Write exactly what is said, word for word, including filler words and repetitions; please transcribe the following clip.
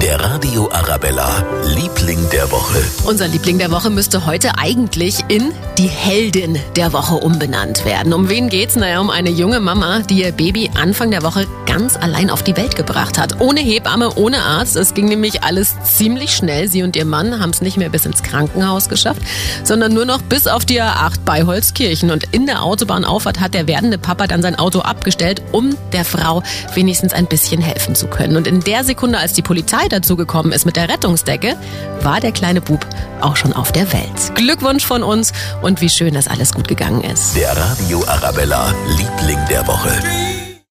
Der Radio Arabella, Liebling der Woche. Unser Liebling der Woche müsste heute eigentlich in die Heldin der Woche umbenannt werden. Um wen geht's? Naja, um eine junge Mama, die ihr Baby Anfang der Woche ganz allein auf die Welt gebracht hat. Ohne Hebamme, ohne Arzt. Es ging nämlich alles ziemlich schnell. Sie und ihr Mann haben es nicht mehr bis ins Krankenhaus geschafft, sondern nur noch bis auf die A acht bei Holzkirchen. Und in der Autobahnauffahrt hat der werdende Papa dann sein Auto abgestellt, um der Frau wenigstens ein bisschen helfen zu können. Und in der Sekunde, als die Polizei dazugekommen ist mit der Rettungsdecke, war der kleine Bub auch schon auf der Welt. Glückwunsch von uns und wie schön, dass alles gut gegangen ist. Der Radio Arabella, Liebling der Woche.